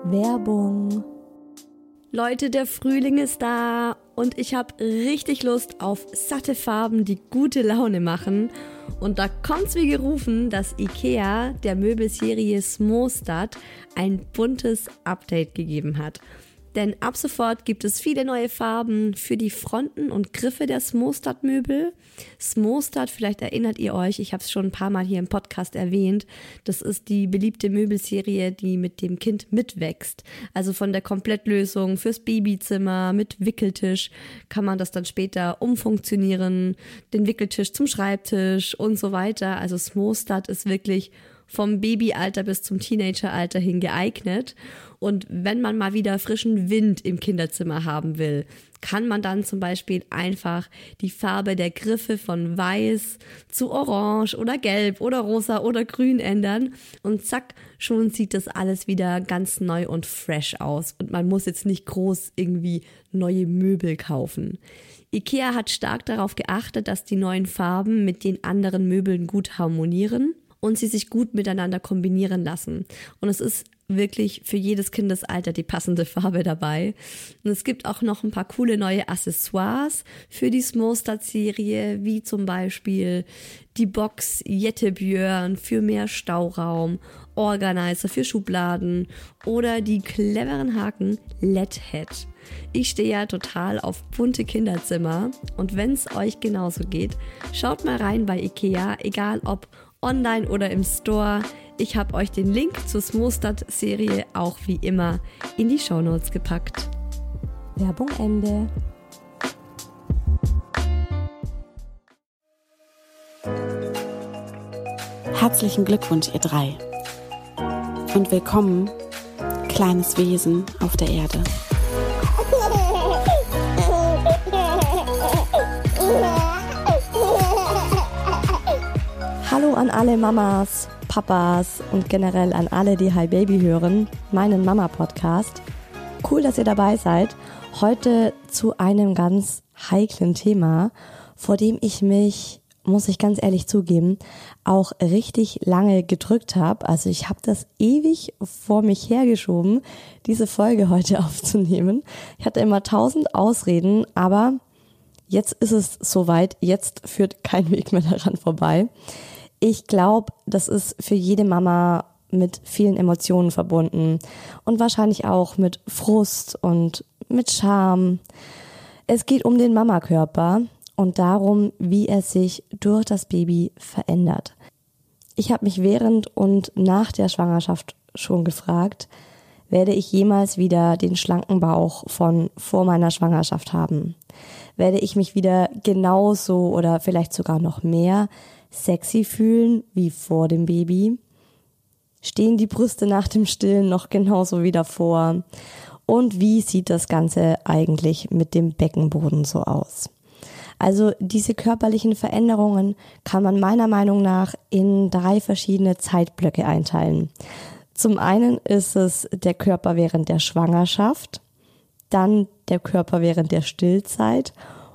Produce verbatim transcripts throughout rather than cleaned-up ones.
Werbung. Leute, der Frühling ist da und ich habe richtig Lust auf satte Farben, die gute Laune machen. Und da kommt's wie gerufen, dass IKEA der Möbelserie Smostad ein buntes Update gegeben hat. Denn ab sofort gibt es viele neue Farben für die Fronten und Griffe der Smostad-Möbel. Smostad, vielleicht erinnert ihr euch, ich habe es schon ein paar Mal hier im Podcast erwähnt, das ist die beliebte Möbelserie, die mit dem Kind mitwächst. Also von der Komplettlösung fürs Babyzimmer mit Wickeltisch kann man das dann später umfunktionieren, den Wickeltisch zum Schreibtisch und so weiter. Also Smostad ist wirklich vom Babyalter bis zum Teenageralter hin geeignet. Und wenn man mal wieder frischen Wind im Kinderzimmer haben will, kann man dann zum Beispiel einfach die Farbe der Griffe von weiß zu orange oder gelb oder rosa oder grün ändern. Und zack, schon sieht das alles wieder ganz neu und fresh aus. Und man muss jetzt nicht groß irgendwie neue Möbel kaufen. IKEA hat stark darauf geachtet, dass die neuen Farben mit den anderen Möbeln gut harmonieren und sie sich gut miteinander kombinieren lassen. Und es ist wirklich für jedes Kindesalter die passende Farbe dabei. Und es gibt auch noch ein paar coole neue Accessoires für die Smostad-Serie, wie zum Beispiel die Box Jettebjörn für mehr Stauraum, Organizer für Schubladen oder die cleveren Haken L E D-Head. Ich stehe ja total auf bunte Kinderzimmer und wenn es euch genauso geht, schaut mal rein bei IKEA, egal ob online oder im Store. Ich habe euch den Link zur Smostad-Serie auch wie immer in die Shownotes gepackt. Werbung Ende. Herzlichen Glückwunsch, ihr drei. Und willkommen, kleines Wesen auf der Erde. Hallo an alle Mamas, Papas und generell an alle, die Hi Baby hören, meinen Mama-Podcast. Cool, dass ihr dabei seid. Heute zu einem ganz heiklen Thema, vor dem ich mich, muss ich ganz ehrlich zugeben, auch richtig lange gedrückt habe. Also ich habe das ewig vor mich hergeschoben, diese Folge heute aufzunehmen. Ich hatte immer tausend Ausreden, aber jetzt ist es soweit. Jetzt führt kein Weg mehr daran vorbei. Ich glaube, das ist für jede Mama mit vielen Emotionen verbunden und wahrscheinlich auch mit Frust und mit Scham. Es geht um den Mamakörper und darum, wie er sich durch das Baby verändert. Ich habe mich während und nach der Schwangerschaft schon gefragt, werde ich jemals wieder den schlanken Bauch von vor meiner Schwangerschaft haben? Werde ich mich wieder genauso oder vielleicht sogar noch mehr sexy fühlen wie vor dem Baby? Stehen die Brüste nach dem Stillen noch genauso wie davor? Und wie sieht das Ganze eigentlich mit dem Beckenboden so aus? Also diese körperlichen Veränderungen kann man meiner Meinung nach in drei verschiedene Zeitblöcke einteilen. Zum einen ist es der Körper während der Schwangerschaft, dann der Körper während der Stillzeit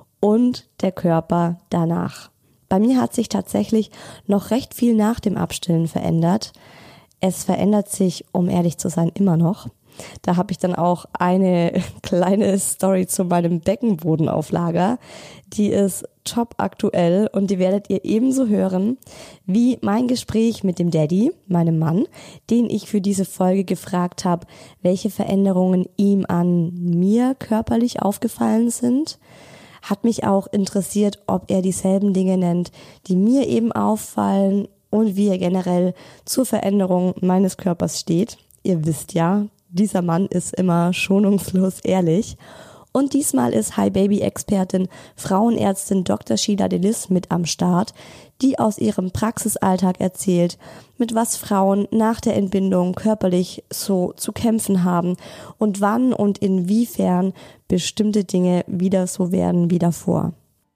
und der Körper danach. Bei mir hat sich tatsächlich noch recht viel nach dem Abstillen verändert. Es verändert sich, um ehrlich zu sein, immer noch. Da habe ich dann auch eine kleine Story zu meinem Beckenboden auf Lager. Die ist top aktuell und die werdet ihr ebenso hören wie mein Gespräch mit dem Daddy, meinem Mann, den ich für diese Folge gefragt habe, welche Veränderungen ihm an mir körperlich aufgefallen sind. Hat mich auch interessiert, ob er dieselben Dinge nennt, die mir eben auffallen und wie er generell zur Veränderung meines Körpers steht. Ihr wisst ja, dieser Mann ist immer schonungslos ehrlich. Und diesmal ist Hi Baby Expertin Frauenärztin Doktor Sheila Delis mit am Start, die aus ihrem Praxisalltag erzählt, mit was Frauen nach der Entbindung körperlich so zu kämpfen haben und wann und inwiefern bestimmte Dinge wieder so werden wie davor.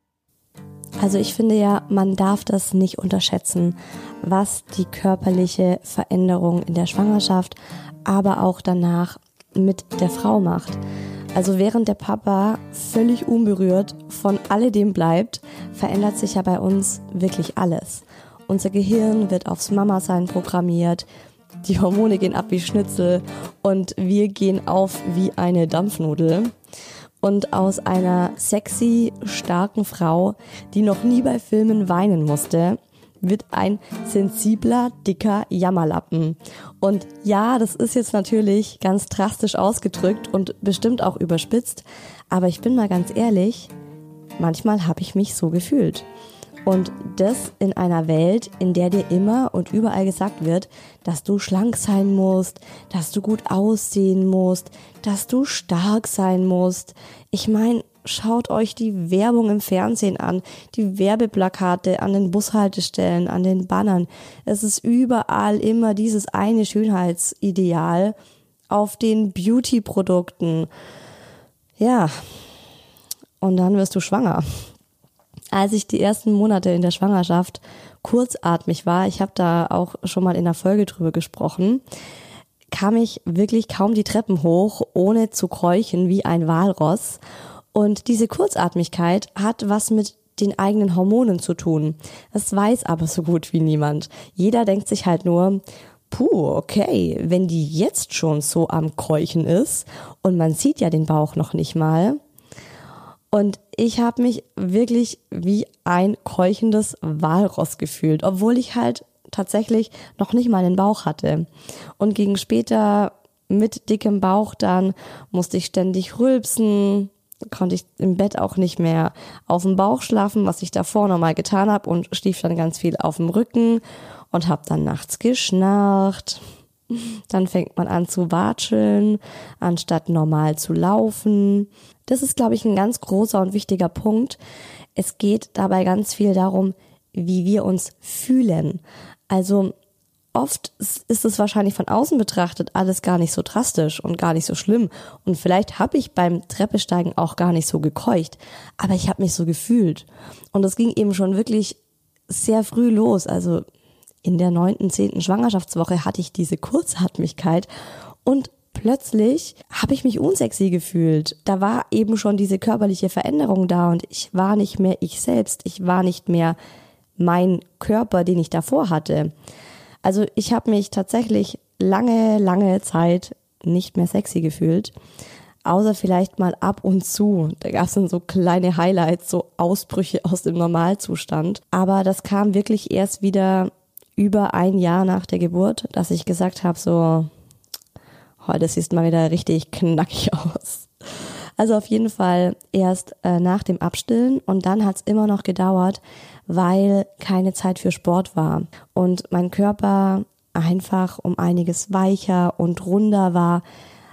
Also ich finde ja, man darf das nicht unterschätzen, was die körperliche Veränderung in der Schwangerschaft, aber auch danach mit der Frau macht. Also während der Papa völlig unberührt von alledem bleibt, verändert sich ja bei uns wirklich alles. Unser Gehirn wird aufs Mama-Sein programmiert, die Hormone gehen ab wie Schnitzel und wir gehen auf wie eine Dampfnudel. Und aus einer sexy, starken Frau, die noch nie bei Filmen weinen musste, wird ein sensibler, dicker Jammerlappen. Und ja, das ist jetzt natürlich ganz drastisch ausgedrückt und bestimmt auch überspitzt, aber ich bin mal ganz ehrlich, manchmal habe ich mich so gefühlt. Und das in einer Welt, in der dir immer und überall gesagt wird, dass du schlank sein musst, dass du gut aussehen musst, dass du stark sein musst. Ich meine, schaut euch die Werbung im Fernsehen an, die Werbeplakate an den Bushaltestellen, an den Bannern. Es ist überall immer dieses eine Schönheitsideal auf den Beauty-Produkten. Ja, und dann wirst du schwanger. Als ich die ersten Monate in der Schwangerschaft kurzatmig war, ich habe da auch schon mal in einer Folge drüber gesprochen, kam ich wirklich kaum die Treppen hoch, ohne zu keuchen wie ein Walross. Und diese Kurzatmigkeit hat was mit den eigenen Hormonen zu tun. Das weiß aber so gut wie niemand. Jeder denkt sich halt nur, puh, okay, wenn die jetzt schon so am Keuchen ist und man sieht ja den Bauch noch nicht mal. Und ich habe mich wirklich wie ein keuchendes Walross gefühlt, obwohl ich halt tatsächlich noch nicht mal einen Bauch hatte. Und gegen später mit dickem Bauch dann musste ich ständig rülpsen, konnte ich im Bett auch nicht mehr auf dem Bauch schlafen, was ich davor nochmal getan habe und schlief dann ganz viel auf dem Rücken und habe dann nachts geschnarcht. Dann fängt man an zu watscheln, anstatt normal zu laufen. Das ist, glaube ich, ein ganz großer und wichtiger Punkt. Es geht dabei ganz viel darum, wie wir uns fühlen. Also oft ist es wahrscheinlich von außen betrachtet alles gar nicht so drastisch und gar nicht so schlimm. Und vielleicht habe ich beim Treppesteigen auch gar nicht so gekeucht, aber ich habe mich so gefühlt. Und das ging eben schon wirklich sehr früh los. Also in der neunten, zehnten Schwangerschaftswoche hatte ich diese Kurzatmigkeit und plötzlich habe ich mich unsexy gefühlt. Da war eben schon diese körperliche Veränderung da und ich war nicht mehr ich selbst. Ich war nicht mehr mein Körper, den ich davor hatte. Also ich habe mich tatsächlich lange, lange Zeit nicht mehr sexy gefühlt. Außer vielleicht mal ab und zu. Da gab es dann so kleine Highlights, so Ausbrüche aus dem Normalzustand. Aber das kam wirklich erst wieder über ein Jahr nach der Geburt, dass ich gesagt habe, so, heute siehst du mal wieder richtig knackig aus. Also auf jeden Fall erst äh, nach dem Abstillen und dann hat's immer noch gedauert, weil keine Zeit für Sport war und mein Körper einfach um einiges weicher und runder war,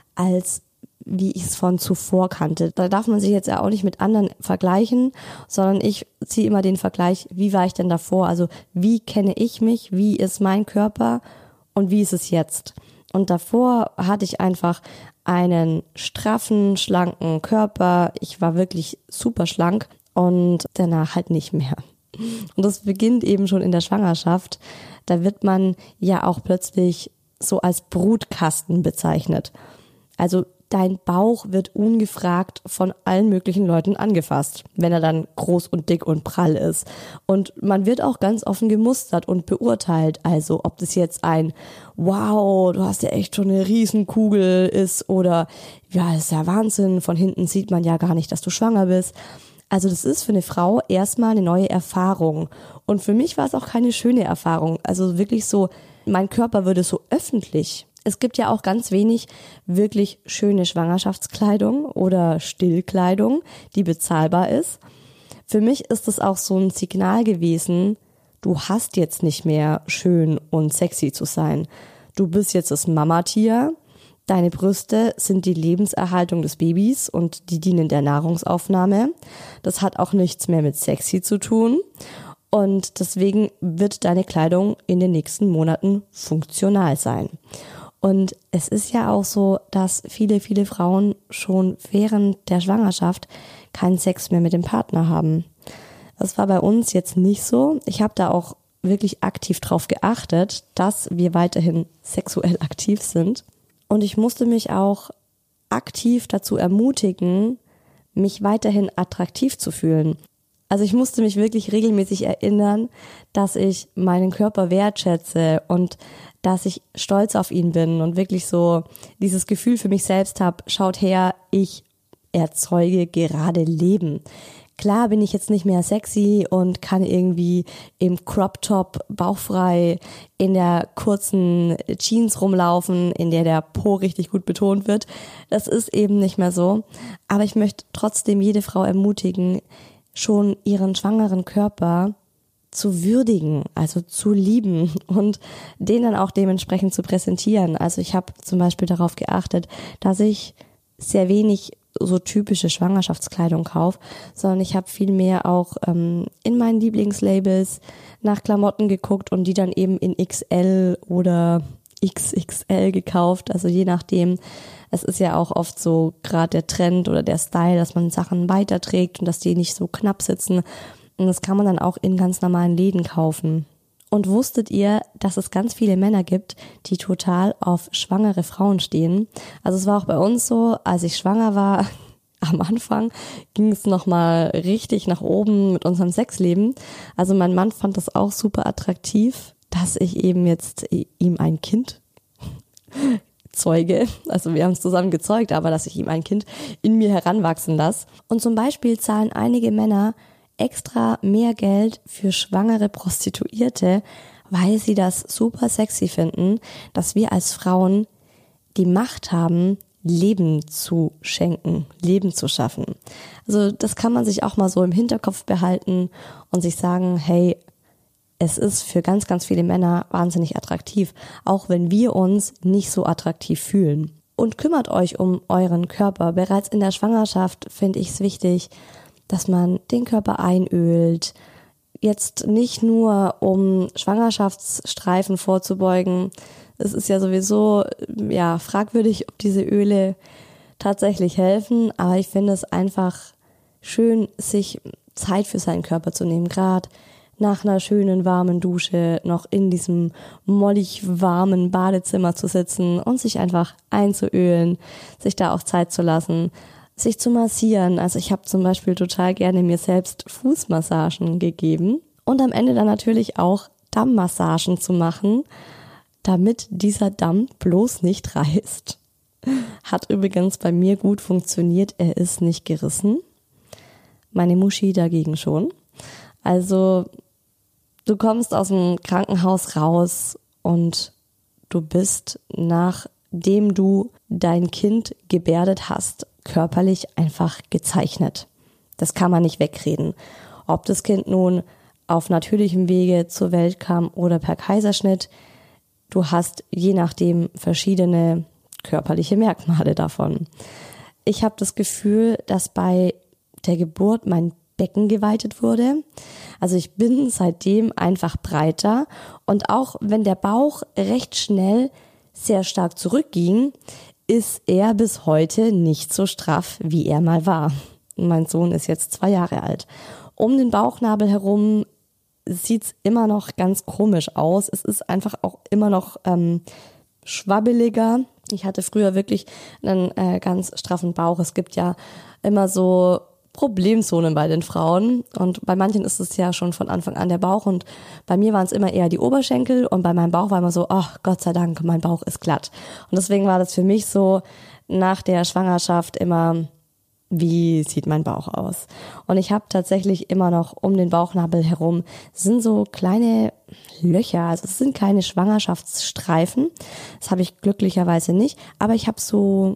als wie ich es von zuvor kannte. Da darf man sich jetzt ja auch nicht mit anderen vergleichen, sondern ich ziehe immer den Vergleich, wie war ich denn davor? Also wie kenne ich mich, wie ist mein Körper und wie ist es jetzt? Und davor hatte ich einfach einen straffen, schlanken Körper. Ich war wirklich super schlank und danach halt nicht mehr. Und das beginnt eben schon in der Schwangerschaft. Da wird man ja auch plötzlich so als Brutkasten bezeichnet. Also dein Bauch wird ungefragt von allen möglichen Leuten angefasst, wenn er dann groß und dick und prall ist. Und man wird auch ganz offen gemustert und beurteilt. Also ob das jetzt ein wow, du hast ja echt schon eine Riesenkugel ist oder ja, das ist ja Wahnsinn, von hinten sieht man ja gar nicht, dass du schwanger bist. Also das ist für eine Frau erstmal eine neue Erfahrung. Und für mich war es auch keine schöne Erfahrung. Also wirklich so, mein Körper würde so öffentlich. Es gibt ja auch ganz wenig wirklich schöne Schwangerschaftskleidung oder Stillkleidung, die bezahlbar ist. Für mich ist es auch so ein Signal gewesen, du hast jetzt nicht mehr schön und sexy zu sein. Du bist jetzt das Mamatier, deine Brüste sind die Lebenserhaltung des Babys und die dienen der Nahrungsaufnahme. Das hat auch nichts mehr mit sexy zu tun. Und deswegen wird deine Kleidung in den nächsten Monaten funktional sein. Und es ist ja auch so, dass viele, viele Frauen schon während der Schwangerschaft keinen Sex mehr mit dem Partner haben. Das war bei uns jetzt nicht so. Ich habe da auch wirklich aktiv drauf geachtet, dass wir weiterhin sexuell aktiv sind. Und ich musste mich auch aktiv dazu ermutigen, mich weiterhin attraktiv zu fühlen. Also ich musste mich wirklich regelmäßig erinnern, dass ich meinen Körper wertschätze und dass ich stolz auf ihn bin und wirklich so dieses Gefühl für mich selbst habe, schaut her, ich erzeuge gerade Leben. Klar bin ich jetzt nicht mehr sexy und kann irgendwie im Crop-Top bauchfrei in der kurzen Jeans rumlaufen, in der der Po richtig gut betont wird. Das ist eben nicht mehr so. Aber ich möchte trotzdem jede Frau ermutigen, schon ihren schwangeren Körper zu würdigen, also zu lieben und den dann auch dementsprechend zu präsentieren. Also ich habe zum Beispiel darauf geachtet, dass ich sehr wenig so typische Schwangerschaftskleidung kaufe, sondern ich habe viel mehr auch ähm, in meinen Lieblingslabels nach Klamotten geguckt und die dann eben in X L oder X X L gekauft, also je nachdem. Es ist ja auch oft so gerade der Trend oder der Style, dass man Sachen weiterträgt und dass die nicht so knapp sitzen. Und das kann man dann auch in ganz normalen Läden kaufen. Und wusstet ihr, dass es ganz viele Männer gibt, die total auf schwangere Frauen stehen? Also es war auch bei uns so, als ich schwanger war, am Anfang ging es nochmal richtig nach oben mit unserem Sexleben. Also mein Mann fand das auch super attraktiv, dass ich eben jetzt ihm ein Kind zeuge. Also wir haben es zusammen gezeugt, aber dass ich ihm ein Kind in mir heranwachsen lasse. Und zum Beispiel zahlen einige Männer extra mehr Geld für schwangere Prostituierte, weil sie das super sexy finden, dass wir als Frauen die Macht haben, Leben zu schenken, Leben zu schaffen. Also das kann man sich auch mal so im Hinterkopf behalten und sich sagen, hey, es ist für ganz, ganz viele Männer wahnsinnig attraktiv, auch wenn wir uns nicht so attraktiv fühlen. Und kümmert euch um euren Körper. Bereits in der Schwangerschaft finde ich es wichtig, dass man den Körper einölt. Jetzt nicht nur, um Schwangerschaftsstreifen vorzubeugen. Es ist ja sowieso ja fragwürdig, ob diese Öle tatsächlich helfen. Aber ich finde es einfach schön, sich Zeit für seinen Körper zu nehmen. Gerade nach einer schönen warmen Dusche noch in diesem mollig warmen Badezimmer zu sitzen und sich einfach einzuölen, sich da auch Zeit zu lassen, sich zu massieren. Also ich habe zum Beispiel total gerne mir selbst Fußmassagen gegeben und am Ende dann natürlich auch Dammmassagen zu machen, damit dieser Damm bloß nicht reißt. Hat übrigens bei mir gut funktioniert, er ist nicht gerissen. Meine Muschi dagegen schon. Also du kommst aus dem Krankenhaus raus und du bist, nachdem du dein Kind gebärdet hast, körperlich einfach gezeichnet. Das kann man nicht wegreden. Ob das Kind nun auf natürlichem Wege zur Welt kam oder per Kaiserschnitt, du hast je nachdem verschiedene körperliche Merkmale davon. Ich habe das Gefühl, dass bei der Geburt mein Becken geweitet wurde. Also ich bin seitdem einfach breiter und auch wenn der Bauch recht schnell sehr stark zurückging, ist er bis heute nicht so straff, wie er mal war. Mein Sohn ist jetzt zwei Jahre alt. Um den Bauchnabel herum sieht's immer noch ganz komisch aus. Es ist einfach auch immer noch ähm, schwabbeliger. Ich hatte früher wirklich einen äh, ganz straffen Bauch. Es gibt ja immer so Problemzonen bei den Frauen und bei manchen ist es ja schon von Anfang an der Bauch und bei mir waren es immer eher die Oberschenkel und bei meinem Bauch war immer so, ach Gott sei Dank, mein Bauch ist glatt. Und deswegen war das für mich so nach der Schwangerschaft immer, wie sieht mein Bauch aus? Und ich habe tatsächlich immer noch um den Bauchnabel herum sind so kleine Löcher, also es sind keine Schwangerschaftsstreifen, das habe ich glücklicherweise nicht, aber ich habe so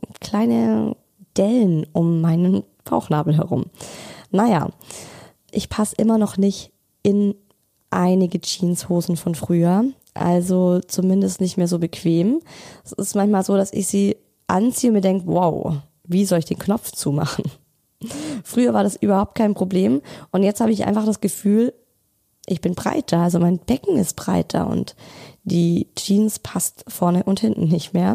kleine Dellen um meinen Bauchnabel herum. Naja, ich passe immer noch nicht in einige Jeanshosen von früher, also zumindest nicht mehr so bequem. Es ist manchmal so, dass ich sie anziehe und mir denke, wow, wie soll ich den Knopf zumachen? Früher war das überhaupt kein Problem und jetzt habe ich einfach das Gefühl, ich bin breiter, also mein Becken ist breiter und die Jeans passt vorne und hinten nicht mehr.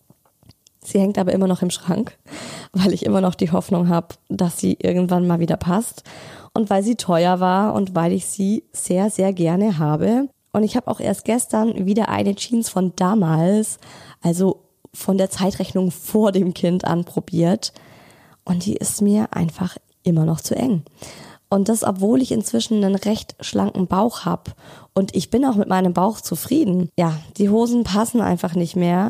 Sie hängt aber immer noch im Schrank, weil ich immer noch die Hoffnung habe, dass sie irgendwann mal wieder passt und weil sie teuer war und weil ich sie sehr, sehr gerne habe. Und ich habe auch erst gestern wieder eine Jeans von damals, also von der Zeitrechnung vor dem Kind anprobiert und die ist mir einfach immer noch zu eng. Und das, obwohl ich inzwischen einen recht schlanken Bauch habe. Und ich bin auch mit meinem Bauch zufrieden. Ja, die Hosen passen einfach nicht mehr.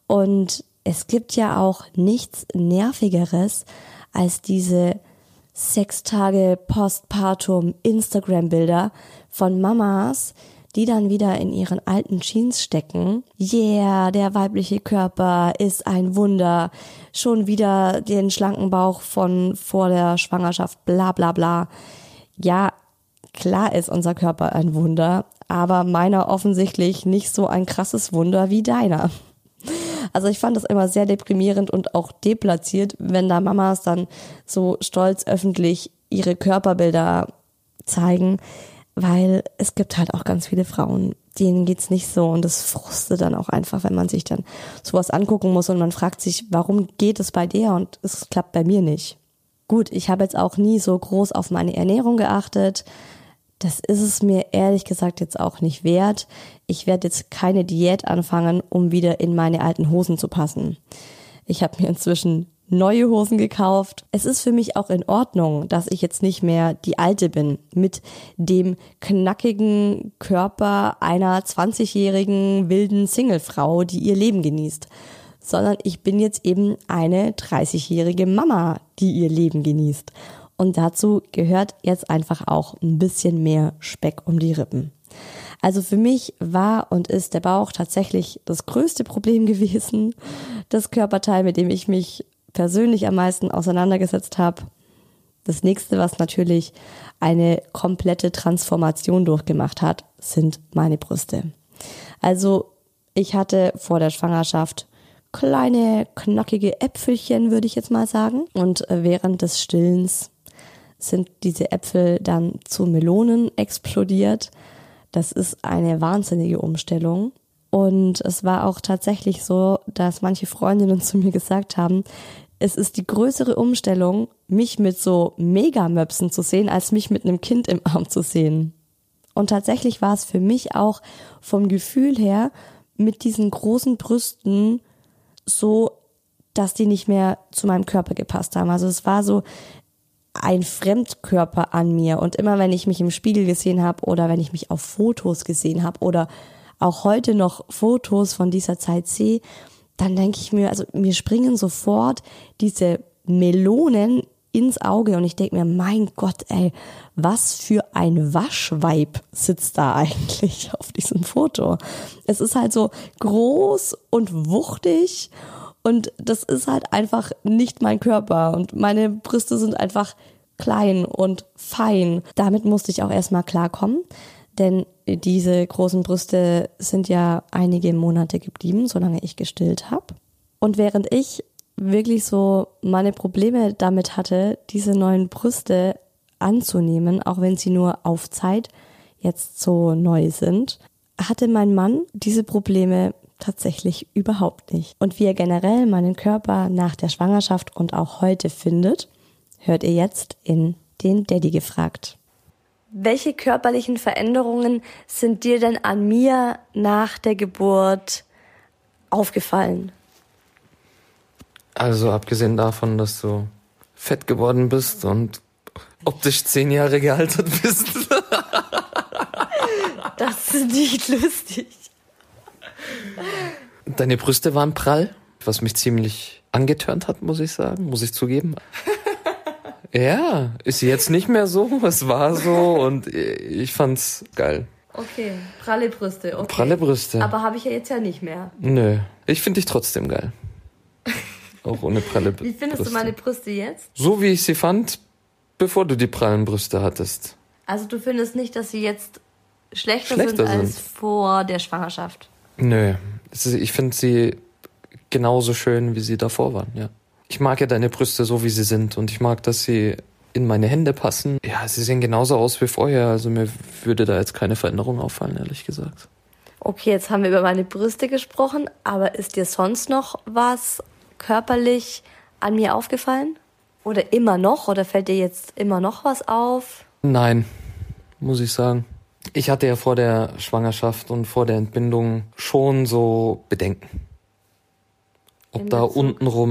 Und es gibt ja auch nichts Nervigeres als diese sechs Tage Postpartum Instagram-Bilder von Mamas, die dann wieder in ihren alten Jeans stecken. Yeah, der weibliche Körper ist ein Wunder. Schon wieder den schlanken Bauch von vor der Schwangerschaft, bla bla bla. Ja, klar ist unser Körper ein Wunder, aber meiner offensichtlich nicht so ein krasses Wunder wie deiner. Also ich fand das immer sehr deprimierend und auch deplatziert, wenn da Mamas dann so stolz öffentlich ihre Körperbilder zeigen, weil es gibt halt auch ganz viele Frauen, denen geht's nicht so und das frustet dann auch einfach, wenn man sich dann sowas angucken muss und man fragt sich, warum geht es bei der und es klappt bei mir nicht. Gut, ich habe jetzt auch nie so groß auf meine Ernährung geachtet. Das ist es mir ehrlich gesagt jetzt auch nicht wert. Ich werde jetzt keine Diät anfangen, um wieder in meine alten Hosen zu passen. Ich habe mir inzwischen neue Hosen gekauft. Es ist für mich auch in Ordnung, dass ich jetzt nicht mehr die Alte bin mit dem knackigen Körper einer zwanzigjährigen wilden Singlefrau, die ihr Leben genießt, sondern ich bin jetzt eben eine dreißigjährige Mama, die ihr Leben genießt. Und dazu gehört jetzt einfach auch ein bisschen mehr Speck um die Rippen. Also für mich war und ist der Bauch tatsächlich das größte Problem gewesen. Das Körperteil, mit dem ich mich persönlich am meisten auseinandergesetzt habe. Das nächste, was natürlich eine komplette Transformation durchgemacht hat, sind meine Brüste. Also ich hatte vor der Schwangerschaft kleine, knackige Äpfelchen, würde ich jetzt mal sagen. Und während des Stillens sind diese Äpfel dann zu Melonen explodiert. Das ist eine wahnsinnige Umstellung. Und es war auch tatsächlich so, dass manche Freundinnen zu mir gesagt haben, es ist die größere Umstellung, mich mit so Megamöpsen zu sehen, als mich mit einem Kind im Arm zu sehen. Und tatsächlich war es für mich auch vom Gefühl her mit diesen großen Brüsten so, dass die nicht mehr zu meinem Körper gepasst haben. Also es war so ein Fremdkörper an mir. Und immer wenn ich mich im Spiegel gesehen habe oder wenn ich mich auf Fotos gesehen habe oder auch heute noch Fotos von dieser Zeit sehe, dann denke ich mir, also mir springen sofort diese Melonen ins Auge und ich denke mir, mein Gott, ey, was für ein Waschweib sitzt da eigentlich auf diesem Foto. Es ist halt so groß und wuchtig und das ist halt einfach nicht mein Körper und meine Brüste sind einfach klein und fein. Damit musste ich auch erstmal klarkommen. Denn diese großen Brüste sind ja einige Monate geblieben, solange ich gestillt habe. Und während ich wirklich so meine Probleme damit hatte, diese neuen Brüste anzunehmen, auch wenn sie nur auf Zeit jetzt so neu sind, hatte mein Mann diese Probleme tatsächlich überhaupt nicht. Und wie er generell meinen Körper nach der Schwangerschaft und auch heute findet, hört ihr jetzt in den Daddy gefragt. Welche körperlichen Veränderungen sind dir denn an mir nach der Geburt aufgefallen? Also abgesehen davon, dass du fett geworden bist und optisch zehn Jahre gealtert bist. Das ist nicht lustig. Deine Brüste waren prall, was mich ziemlich angetörnt hat, muss ich sagen, muss ich zugeben. Ja, ist jetzt nicht mehr so, es war so und ich fand's geil. Okay, pralle Brüste, okay. Pralle Brüste. Aber habe ich ja jetzt ja nicht mehr. Nö, ich finde dich trotzdem geil. Auch ohne pralle Brüste. Wie findest du meine Brüste jetzt? So wie ich sie fand, bevor du die prallen Brüste hattest. Also du findest nicht, dass sie jetzt schlechter, schlechter sind als sind. vor der Schwangerschaft? Nö, ich finde sie genauso schön, wie sie davor waren, ja. Ich mag ja deine Brüste so, wie sie sind und ich mag, dass sie in meine Hände passen. Ja, sie sehen genauso aus wie vorher, also mir würde da jetzt keine Veränderung auffallen, ehrlich gesagt. Okay, jetzt haben wir über meine Brüste gesprochen, aber ist dir sonst noch was körperlich an mir aufgefallen? Oder immer noch? Oder fällt dir jetzt immer noch was auf? Nein, muss ich sagen. Ich hatte ja vor der Schwangerschaft und vor der Entbindung schon so Bedenken. Ob da untenrum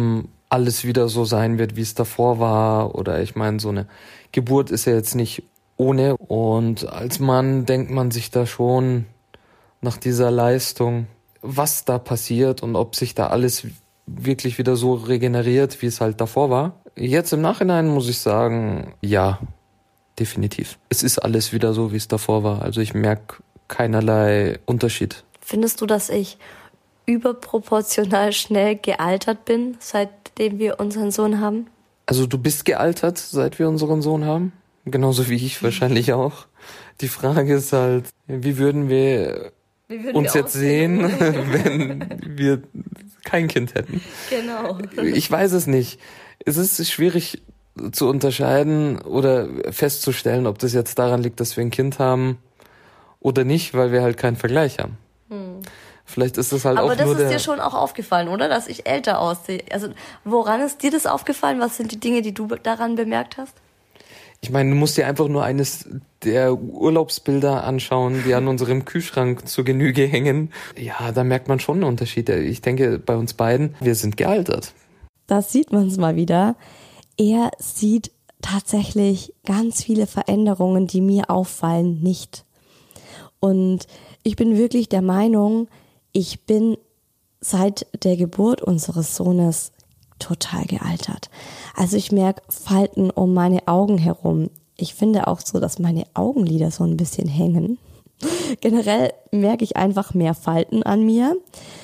alles wieder so sein wird, wie es davor war. Oder ich meine, so eine Geburt ist ja jetzt nicht ohne. Und als Mann denkt man sich da schon nach dieser Leistung, was da passiert und ob sich da alles wirklich wieder so regeneriert, wie es halt davor war. Jetzt im Nachhinein muss ich sagen, ja, definitiv. Es ist alles wieder so, wie es davor war. Also ich merke keinerlei Unterschied. Findest du, dass ich überproportional schnell gealtert bin, seitdem wir unseren Sohn haben? Also du bist gealtert, seit wir unseren Sohn haben. Genauso wie ich wahrscheinlich auch. Die Frage ist halt, wie würden wir, wie würden uns wir jetzt sehen, wenn wir kein Kind hätten? Genau. Ich weiß es nicht. Es ist schwierig zu unterscheiden oder festzustellen, ob das jetzt daran liegt, dass wir ein Kind haben oder nicht, weil wir halt keinen Vergleich haben. Hm. Vielleicht ist das halt Aber auch das nur ist der... dir schon auch aufgefallen, oder? Dass ich älter aussehe. Also woran ist dir das aufgefallen? Was sind die Dinge, die du daran bemerkt hast? Ich meine, du musst dir einfach nur eines der Urlaubsbilder anschauen, die an unserem Kühlschrank zur Genüge hängen. Ja, da merkt man schon einen Unterschied. Ich denke, bei uns beiden, wir sind gealtert. Da sieht man es mal wieder. Er sieht tatsächlich ganz viele Veränderungen, die mir auffallen, nicht. Und ich bin wirklich der Meinung, ich bin seit der Geburt unseres Sohnes total gealtert. Also ich merke Falten um meine Augen herum. Ich finde auch so, dass meine Augenlider so ein bisschen hängen. Generell merke ich einfach mehr Falten an mir.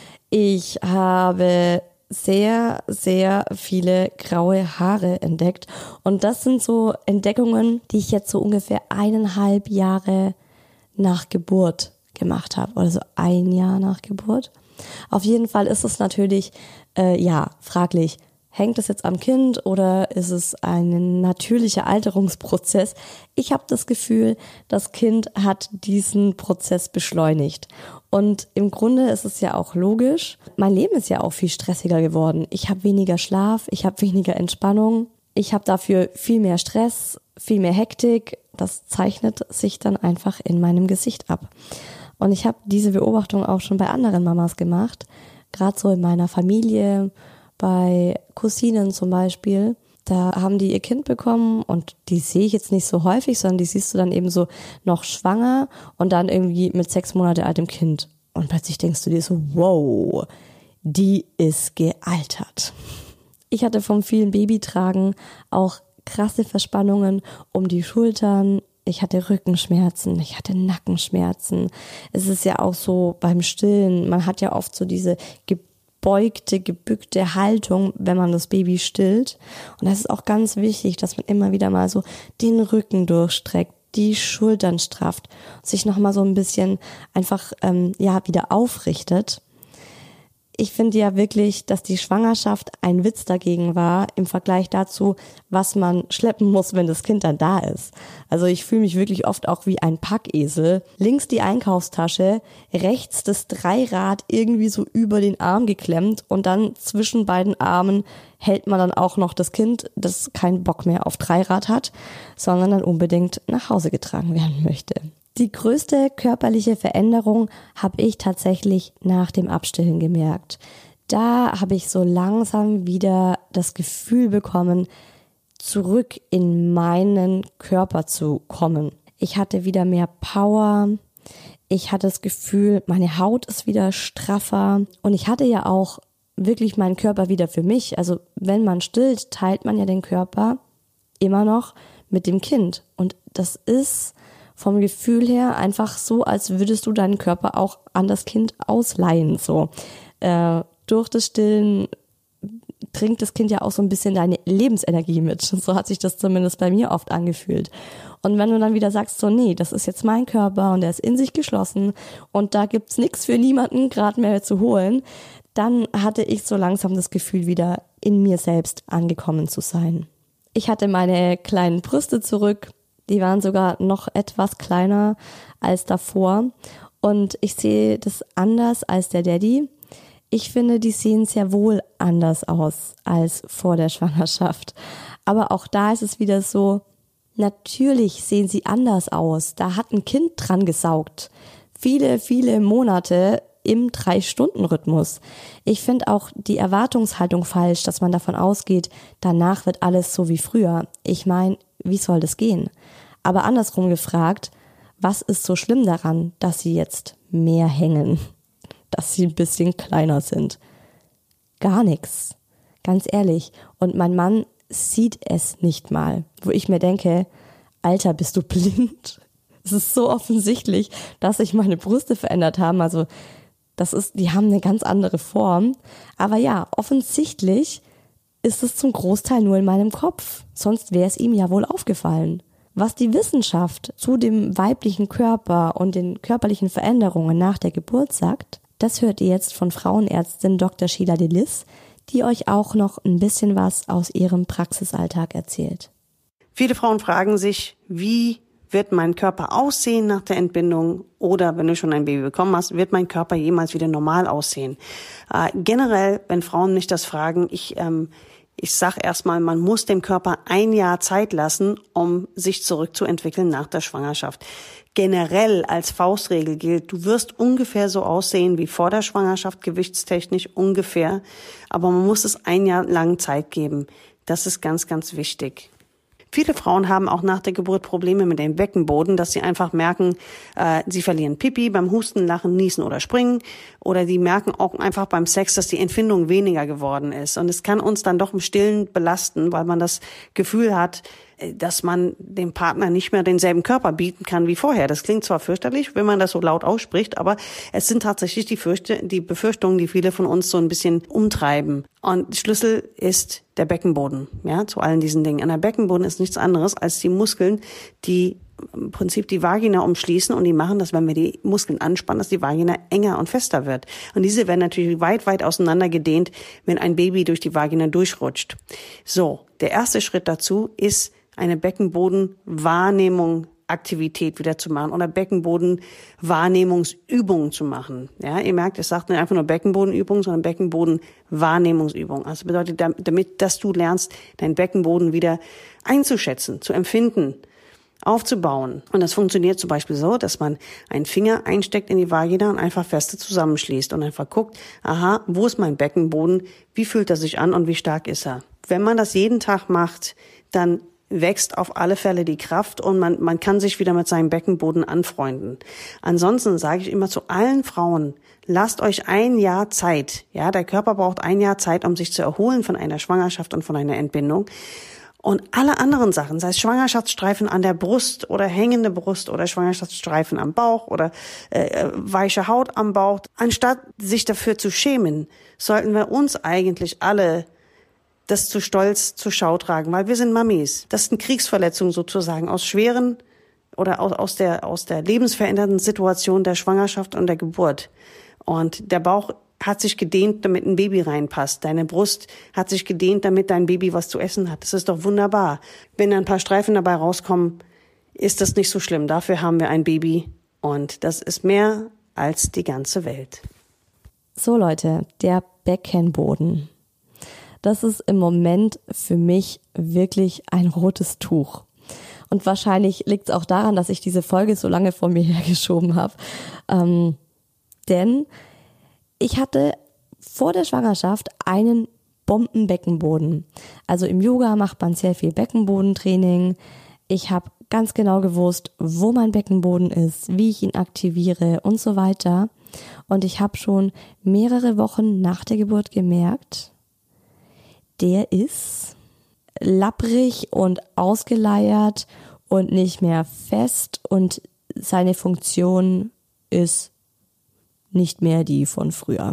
Ich habe sehr, sehr viele graue Haare entdeckt. Und das sind so Entdeckungen, die ich jetzt so ungefähr eineinhalb Jahre nach Geburt gemacht habe. Oder so ein Jahr nach Geburt. Auf jeden Fall ist es natürlich, äh, ja, fraglich. Hängt es jetzt am Kind oder ist es ein natürlicher Alterungsprozess? Ich habe das Gefühl, das Kind hat diesen Prozess beschleunigt. Und im Grunde ist es ja auch logisch. Mein Leben ist ja auch viel stressiger geworden. Ich habe weniger Schlaf, ich habe weniger Entspannung. Ich habe dafür viel mehr Stress, viel mehr Hektik. Das zeichnet sich dann einfach in meinem Gesicht ab. Und ich habe diese Beobachtung auch schon bei anderen Mamas gemacht. Gerade so in meiner Familie, bei Cousinen zum Beispiel, da haben die ihr Kind bekommen und die sehe ich jetzt nicht so häufig, sondern die siehst du dann eben so noch schwanger und dann irgendwie mit sechs Monate altem Kind. Und plötzlich denkst du dir so, wow, die ist gealtert. Ich hatte vom vielen Babytragen auch krasse Verspannungen um die Schultern. Ich hatte Rückenschmerzen, ich hatte Nackenschmerzen. Es ist ja auch so beim Stillen, man hat ja oft so diese gebeugte, gebückte Haltung, wenn man das Baby stillt. Und das ist auch ganz wichtig, dass man immer wieder mal so den Rücken durchstreckt, die Schultern strafft, sich nochmal so ein bisschen einfach ähm, ja wieder aufrichtet. Ich finde ja wirklich, dass die Schwangerschaft ein Witz dagegen war im Vergleich dazu, was man schleppen muss, wenn das Kind dann da ist. Also ich fühle mich wirklich oft auch wie ein Packesel. Links die Einkaufstasche, rechts das Dreirad irgendwie so über den Arm geklemmt und dann zwischen beiden Armen hält man dann auch noch das Kind, das keinen Bock mehr auf Dreirad hat, sondern dann unbedingt nach Hause getragen werden möchte. Die größte körperliche Veränderung habe ich tatsächlich nach dem Abstillen gemerkt. Da habe ich so langsam wieder das Gefühl bekommen, zurück in meinen Körper zu kommen. Ich hatte wieder mehr Power. Ich hatte das Gefühl, meine Haut ist wieder straffer. Und ich hatte ja auch wirklich meinen Körper wieder für mich. Also wenn man stillt, teilt man ja den Körper immer noch mit dem Kind. Und das ist vom Gefühl her einfach so, als würdest du deinen Körper auch an das Kind ausleihen. So äh, durch das Stillen trinkt das Kind ja auch so ein bisschen deine Lebensenergie mit. So hat sich das zumindest bei mir oft angefühlt. Und wenn du dann wieder sagst, so nee, das ist jetzt mein Körper und der ist in sich geschlossen und da gibt's nichts für niemanden gerade mehr zu holen, dann hatte ich so langsam das Gefühl, wieder in mir selbst angekommen zu sein. Ich hatte meine kleinen Brüste zurück. Die waren sogar noch etwas kleiner als davor. Und ich sehe das anders als der Daddy. Ich finde, die sehen sehr wohl anders aus als vor der Schwangerschaft. Aber auch da ist es wieder so, natürlich sehen sie anders aus. Da hat ein Kind dran gesaugt. Viele, viele Monate im Drei-Stunden-Rhythmus. Ich finde auch die Erwartungshaltung falsch, dass man davon ausgeht, danach wird alles so wie früher. Ich meine, wie soll das gehen? Aber andersrum gefragt, was ist so schlimm daran, dass sie jetzt mehr hängen? Dass sie ein bisschen kleiner sind? Gar nichts. Ganz ehrlich. Und mein Mann sieht es nicht mal. Wo ich mir denke, Alter, bist du blind? Es ist so offensichtlich, dass sich meine Brüste verändert haben. Also das ist, die haben eine ganz andere Form. Aber ja, offensichtlich ist es zum Großteil nur in meinem Kopf. Sonst wäre es ihm ja wohl aufgefallen. Was die Wissenschaft zu dem weiblichen Körper und den körperlichen Veränderungen nach der Geburt sagt, das hört ihr jetzt von Frauenärztin Doktor Sheila Delis, die euch auch noch ein bisschen was aus ihrem Praxisalltag erzählt. Viele Frauen fragen sich, wie wird mein Körper aussehen nach der Entbindung oder wenn du schon ein Baby bekommen hast, wird mein Körper jemals wieder normal aussehen? Äh, generell, wenn Frauen mich das fragen, ich ähm, ich sag erstmal, man muss dem Körper ein Jahr Zeit lassen, um sich zurückzuentwickeln nach der Schwangerschaft. Generell als Faustregel gilt, du wirst ungefähr so aussehen wie vor der Schwangerschaft, gewichtstechnisch ungefähr, aber man muss es ein Jahr lang Zeit geben. Das ist ganz, ganz wichtig. Viele Frauen haben auch nach der Geburt Probleme mit dem Beckenboden, dass sie einfach merken, äh, sie verlieren Pipi beim Husten, Lachen, Niesen oder Springen. Oder die merken auch einfach beim Sex, dass die Empfindung weniger geworden ist. Und es kann uns dann doch im Stillen belasten, weil man das Gefühl hat, dass man dem Partner nicht mehr denselben Körper bieten kann wie vorher. Das klingt zwar fürchterlich, wenn man das so laut ausspricht, aber es sind tatsächlich die, Fürchte, die Befürchtungen, die viele von uns so ein bisschen umtreiben. Und Schlüssel ist der Beckenboden, ja, zu allen diesen Dingen. Und der Beckenboden ist nichts anderes als die Muskeln, die im Prinzip die Vagina umschließen und die machen, dass wenn wir die Muskeln anspannen, dass die Vagina enger und fester wird. Und diese werden natürlich weit, weit auseinander gedehnt, wenn ein Baby durch die Vagina durchrutscht. So, der erste Schritt dazu ist, eine Beckenbodenwahrnehmung, Aktivität wieder zu machen oder Beckenbodenwahrnehmungsübungen zu machen. Ja, ihr merkt, es sagt nicht einfach nur Beckenbodenübung, sondern Beckenbodenwahrnehmungsübung. Also bedeutet damit, dass du lernst, deinen Beckenboden wieder einzuschätzen, zu empfinden, aufzubauen. Und das funktioniert zum Beispiel so, dass man einen Finger einsteckt in die Vagina und einfach feste zusammenschließt und einfach guckt, aha, wo ist mein Beckenboden, wie fühlt er sich an und wie stark ist er? Wenn man das jeden Tag macht, dann wächst auf alle Fälle die Kraft und man, man kann sich wieder mit seinem Beckenboden anfreunden. Ansonsten sage ich immer zu allen Frauen, lasst euch ein Jahr Zeit. Ja, der Körper braucht ein Jahr Zeit, um sich zu erholen von einer Schwangerschaft und von einer Entbindung. Und alle anderen Sachen, sei es Schwangerschaftsstreifen an der Brust oder hängende Brust oder Schwangerschaftsstreifen am Bauch oder äh, weiche Haut am Bauch, anstatt sich dafür zu schämen, sollten wir uns eigentlich alle das zu stolz zur Schau tragen, weil wir sind Mamis. Das sind Kriegsverletzungen sozusagen aus schweren oder aus, aus der, aus der lebensverändernden Situation der Schwangerschaft und der Geburt. Und der Bauch hat sich gedehnt, damit ein Baby reinpasst. Deine Brust hat sich gedehnt, damit dein Baby was zu essen hat. Das ist doch wunderbar. Wenn ein paar Streifen dabei rauskommen, ist das nicht so schlimm. Dafür haben wir ein Baby und das ist mehr als die ganze Welt. So Leute, der Beckenboden. Das ist im Moment für mich wirklich ein rotes Tuch. Und wahrscheinlich liegt es auch daran, dass ich diese Folge so lange vor mir hergeschoben habe. Ähm, denn ich hatte vor der Schwangerschaft einen Bombenbeckenboden. Also im Yoga macht man sehr viel Beckenbodentraining. Ich habe ganz genau gewusst, wo mein Beckenboden ist, wie ich ihn aktiviere und so weiter. Und ich habe schon mehrere Wochen nach der Geburt gemerkt, der ist lapprig und ausgeleiert und nicht mehr fest und seine Funktion ist nicht mehr die von früher.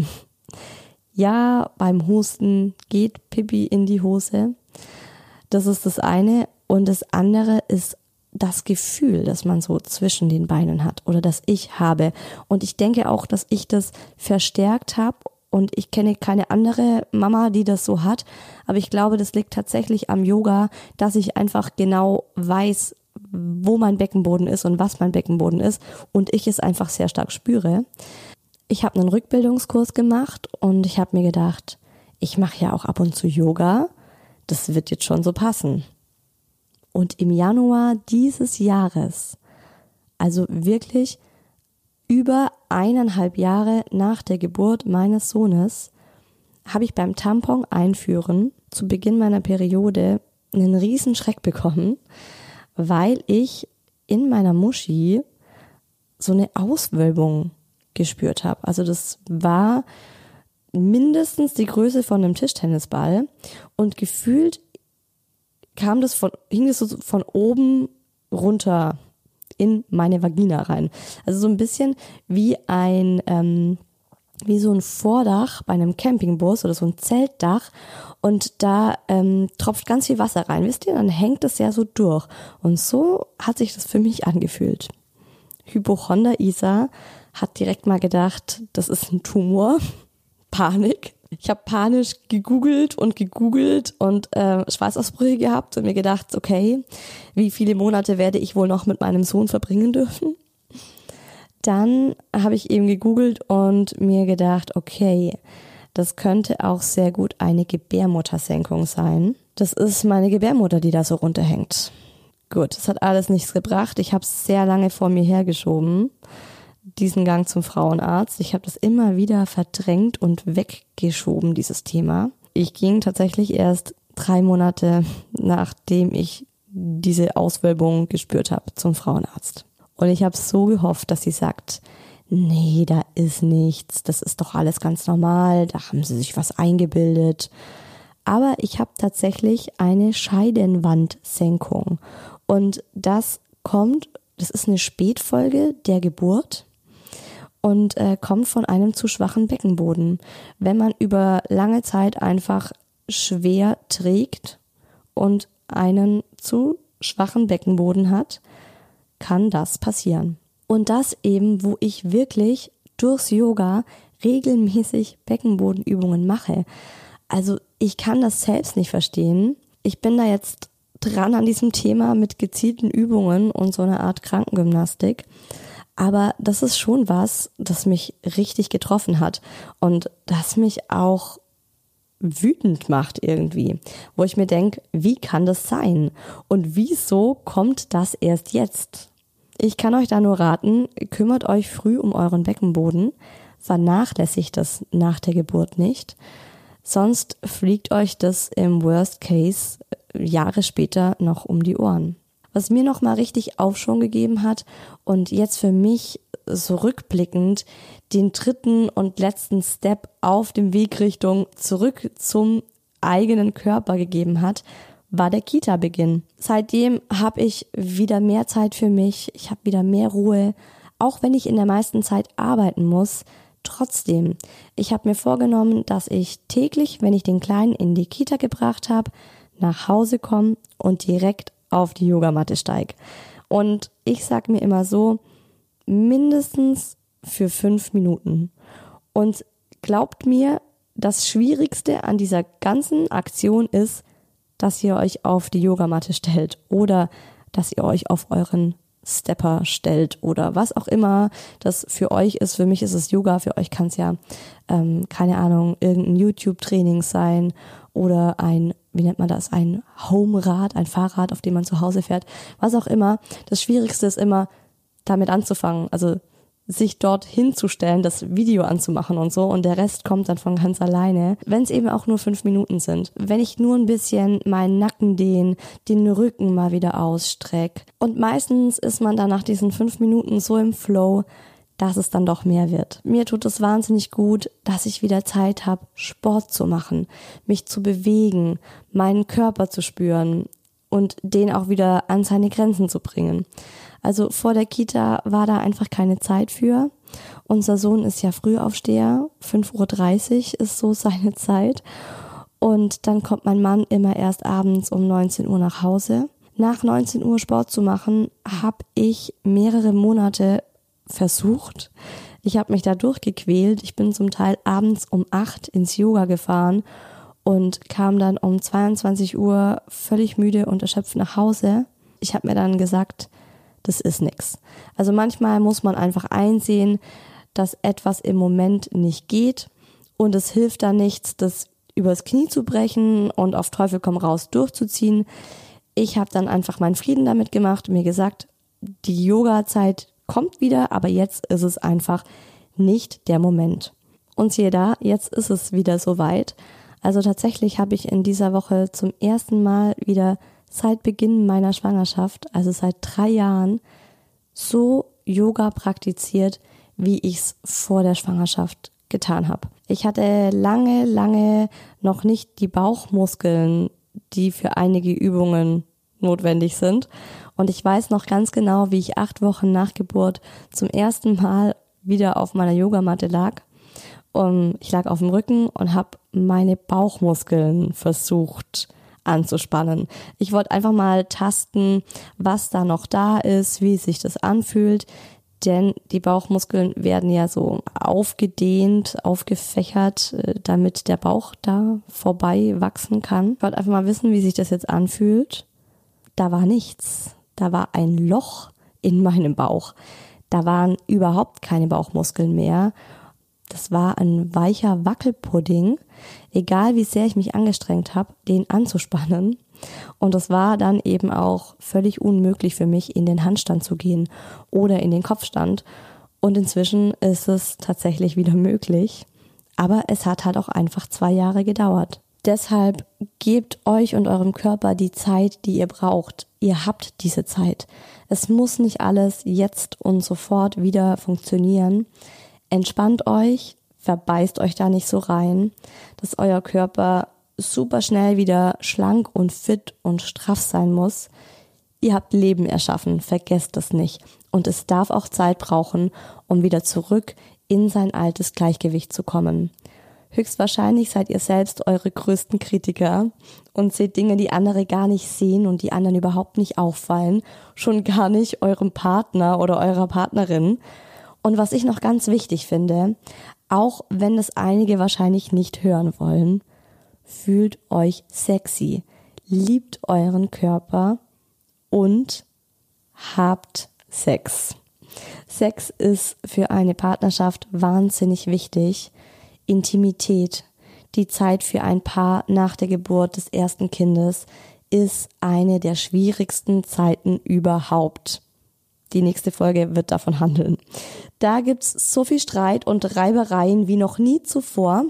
Ja, beim Husten geht Pipi in die Hose. Das ist das eine. Und das andere ist das Gefühl, das man so zwischen den Beinen hat oder das ich habe. Und ich denke auch, dass ich das verstärkt habe. Und ich kenne keine andere Mama, die das so hat. Aber ich glaube, das liegt tatsächlich am Yoga, dass ich einfach genau weiß, wo mein Beckenboden ist und was mein Beckenboden ist. Und ich es einfach sehr stark spüre. Ich habe einen Rückbildungskurs gemacht und ich habe mir gedacht, ich mache ja auch ab und zu Yoga. Das wird jetzt schon so passen. Und im Januar dieses Jahres, also wirklich über eineinhalb Jahre nach der Geburt meines Sohnes habe ich beim Tampon einführen zu Beginn meiner Periode einen riesen Schreck bekommen, weil ich in meiner Muschi so eine Auswölbung gespürt habe. Also das war mindestens die Größe von einem Tischtennisball und gefühlt kam das von, hing das so von oben runter in meine Vagina rein. Also so ein bisschen wie ein, ähm, wie so ein Vordach bei einem Campingbus oder so ein Zeltdach und da ähm, tropft ganz viel Wasser rein. Wisst ihr, dann hängt das ja so durch. Und so hat sich das für mich angefühlt. Hypochonder Isa hat direkt mal gedacht, das ist ein Tumor. Panik. Ich habe panisch gegoogelt und gegoogelt und äh, Schweißausbrüche gehabt und mir gedacht, okay, wie viele Monate werde ich wohl noch mit meinem Sohn verbringen dürfen? Dann habe ich eben gegoogelt und mir gedacht, okay, das könnte auch sehr gut eine Gebärmuttersenkung sein. Das ist meine Gebärmutter, die da so runterhängt. Gut, das hat alles nichts gebracht. Ich habe es sehr lange vor mir hergeschoben, diesen Gang zum Frauenarzt. Ich habe das immer wieder verdrängt und weggeschoben, dieses Thema. Ich ging tatsächlich erst drei Monate, nachdem ich diese Auswölbung gespürt habe, zum Frauenarzt. Und ich habe so gehofft, dass sie sagt, nee, da ist nichts, das ist doch alles ganz normal, da haben sie sich was eingebildet. Aber ich habe tatsächlich eine Scheidenwandsenkung. Und das kommt, das ist eine Spätfolge der Geburt und äh, kommt von einem zu schwachen Beckenboden. Wenn man über lange Zeit einfach schwer trägt und einen zu schwachen Beckenboden hat, kann das passieren. Und das eben, wo ich wirklich durchs Yoga regelmäßig Beckenbodenübungen mache. Also ich kann das selbst nicht verstehen. Ich bin da jetzt dran an diesem Thema mit gezielten Übungen und so einer Art Krankengymnastik. Aber das ist schon was, das mich richtig getroffen hat und das mich auch wütend macht irgendwie, wo ich mir denke, wie kann das sein? Und wieso kommt das erst jetzt? Ich kann euch da nur raten, kümmert euch früh um euren Beckenboden, vernachlässigt das nach der Geburt nicht, sonst fliegt euch das im Worst Case Jahre später noch um die Ohren. Was mir nochmal richtig Aufschwung gegeben hat und jetzt für mich so rückblickend den dritten und letzten Step auf dem Weg Richtung zurück zum eigenen Körper gegeben hat, war der Kita-Beginn. Seitdem habe ich wieder mehr Zeit für mich, ich habe wieder mehr Ruhe, auch wenn ich in der meisten Zeit arbeiten muss. Trotzdem, ich habe mir vorgenommen, dass ich täglich, wenn ich den Kleinen in die Kita gebracht habe, nach Hause komme und direkt auf die Yogamatte steige. Und ich sag mir immer so, mindestens für fünf Minuten. Und glaubt mir, das Schwierigste an dieser ganzen Aktion ist, dass ihr euch auf die Yogamatte stellt oder dass ihr euch auf euren Stepper stellt oder was auch immer das für euch ist. Für mich ist es Yoga, für euch kann es ja, ähm, keine Ahnung, irgendein YouTube-Training sein oder ein, wie nennt man das, ein Home-Rad, ein Fahrrad, auf dem man zu Hause fährt, was auch immer. Das Schwierigste ist immer, damit anzufangen, also sich dort hinzustellen, das Video anzumachen und so und der Rest kommt dann von ganz alleine, wenn es eben auch nur fünf Minuten sind. Wenn ich nur ein bisschen meinen Nacken dehne, den Rücken mal wieder ausstrecke und meistens ist man dann nach diesen fünf Minuten so im Flow, dass es dann doch mehr wird. Mir tut es wahnsinnig gut, dass ich wieder Zeit habe, Sport zu machen, mich zu bewegen, meinen Körper zu spüren und den auch wieder an seine Grenzen zu bringen. Also vor der Kita war da einfach keine Zeit für. Unser Sohn ist ja Frühaufsteher, fünf Uhr dreißig ist so seine Zeit. Und dann kommt mein Mann immer erst abends um neunzehn Uhr nach Hause. Nach neunzehn Uhr Sport zu machen, habe ich mehrere Monate versucht. Ich habe mich da durchgequält. Ich bin zum Teil abends um acht ins Yoga gefahren und kam dann um zweiundzwanzig Uhr völlig müde und erschöpft nach Hause. Ich habe mir dann gesagt, das ist nix. Also manchmal muss man einfach einsehen, dass etwas im Moment nicht geht und es hilft da nichts, das übers Knie zu brechen und auf Teufel komm raus durchzuziehen. Ich habe dann einfach meinen Frieden damit gemacht und mir gesagt, die Yoga-Zeit kommt wieder, aber jetzt ist es einfach nicht der Moment. Und siehe da, jetzt ist es wieder soweit. Also tatsächlich habe ich in dieser Woche zum ersten Mal wieder seit Beginn meiner Schwangerschaft, also seit drei Jahren, so Yoga praktiziert, wie ich es vor der Schwangerschaft getan habe. Ich hatte lange, lange noch nicht die Bauchmuskeln, die für einige Übungen notwendig sind. Und ich weiß noch ganz genau, wie ich acht Wochen nach Geburt zum ersten Mal wieder auf meiner Yogamatte lag. Und ich lag auf dem Rücken und habe meine Bauchmuskeln versucht anzuspannen. Ich wollte einfach mal tasten, was da noch da ist, wie sich das anfühlt. Denn die Bauchmuskeln werden ja so aufgedehnt, aufgefächert, damit der Bauch da vorbei wachsen kann. Ich wollte einfach mal wissen, wie sich das jetzt anfühlt. Da war nichts. Da war ein Loch in meinem Bauch. Da waren überhaupt keine Bauchmuskeln mehr. Das war ein weicher Wackelpudding. Egal wie sehr ich mich angestrengt habe, den anzuspannen. Und es war dann eben auch völlig unmöglich für mich, in den Handstand zu gehen oder in den Kopfstand. Und inzwischen ist es tatsächlich wieder möglich. Aber es hat halt auch einfach zwei Jahre gedauert. Deshalb gebt euch und eurem Körper die Zeit, die ihr braucht. Ihr habt diese Zeit. Es muss nicht alles jetzt und sofort wieder funktionieren. Entspannt euch, verbeißt euch da nicht so rein, dass euer Körper super schnell wieder schlank und fit und straff sein muss. Ihr habt Leben erschaffen, vergesst das nicht. Und es darf auch Zeit brauchen, um wieder zurück in sein altes Gleichgewicht zu kommen. Höchstwahrscheinlich seid ihr selbst eure größten Kritiker und seht Dinge, die andere gar nicht sehen und die anderen überhaupt nicht auffallen, schon gar nicht eurem Partner oder eurer Partnerin. Und was ich noch ganz wichtig finde, auch wenn es einige wahrscheinlich nicht hören wollen, fühlt euch sexy, liebt euren Körper und habt Sex. Sex ist für eine Partnerschaft wahnsinnig wichtig. Intimität, die Zeit für ein Paar nach der Geburt des ersten Kindes, ist eine der schwierigsten Zeiten überhaupt. Die nächste Folge wird davon handeln. Da gibt's so viel Streit und Reibereien wie noch nie zuvor.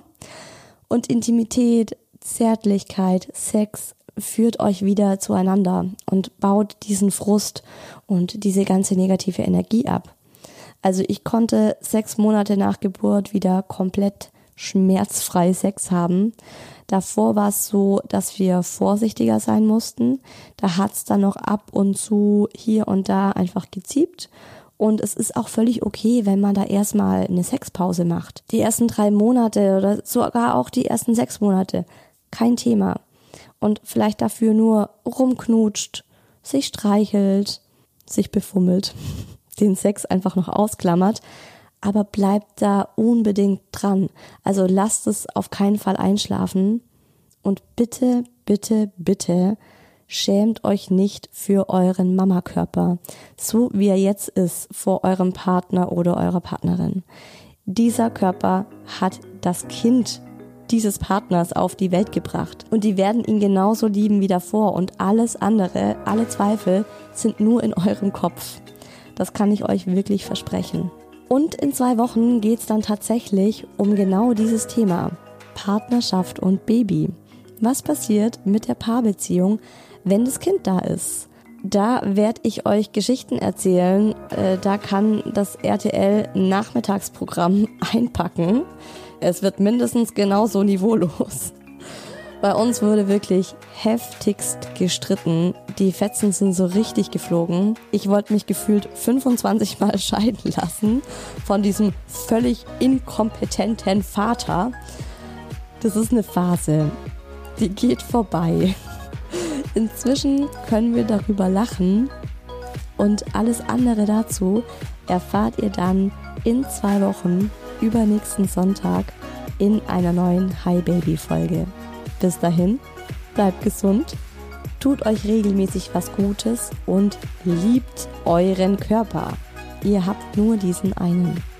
Und Intimität, Zärtlichkeit, Sex führt euch wieder zueinander und baut diesen Frust und diese ganze negative Energie ab. Also ich konnte sechs Monate nach Geburt wieder komplett schmerzfrei Sex haben. Davor war es so, dass wir vorsichtiger sein mussten. Da hat's dann noch ab und zu hier und da einfach geziebt. Und es ist auch völlig okay, wenn man da erstmal eine Sexpause macht. Die ersten drei Monate oder sogar auch die ersten sechs Monate. Kein Thema. Und vielleicht dafür nur rumknutscht, sich streichelt, sich befummelt, den Sex einfach noch ausklammert. Aber bleibt da unbedingt dran. Also lasst es auf keinen Fall einschlafen. Und bitte, bitte, bitte schämt euch nicht für euren Mamakörper, so wie er jetzt ist, vor eurem Partner oder eurer Partnerin. Dieser Körper hat das Kind dieses Partners auf die Welt gebracht. Und die werden ihn genauso lieben wie davor. Und alles andere, alle Zweifel sind nur in eurem Kopf. Das kann ich euch wirklich versprechen. Und in zwei Wochen geht's dann tatsächlich um genau dieses Thema. Partnerschaft und Baby. Was passiert mit der Paarbeziehung, wenn das Kind da ist? Da werde ich euch Geschichten erzählen. Äh, da kann das R T L-Nachmittagsprogramm einpacken. Es wird mindestens genauso niveaulos. Bei uns wurde wirklich heftigst gestritten. Die Fetzen sind so richtig geflogen. Ich wollte mich gefühlt fünfundzwanzig Mal scheiden lassen von diesem völlig inkompetenten Vater. Das ist eine Phase, die geht vorbei. Inzwischen können wir darüber lachen und alles andere dazu erfahrt ihr dann in zwei Wochen, übernächsten Sonntag, in einer neuen Hi Baby Folge. Bis dahin, bleibt gesund, tut euch regelmäßig was Gutes und liebt euren Körper. Ihr habt nur diesen einen.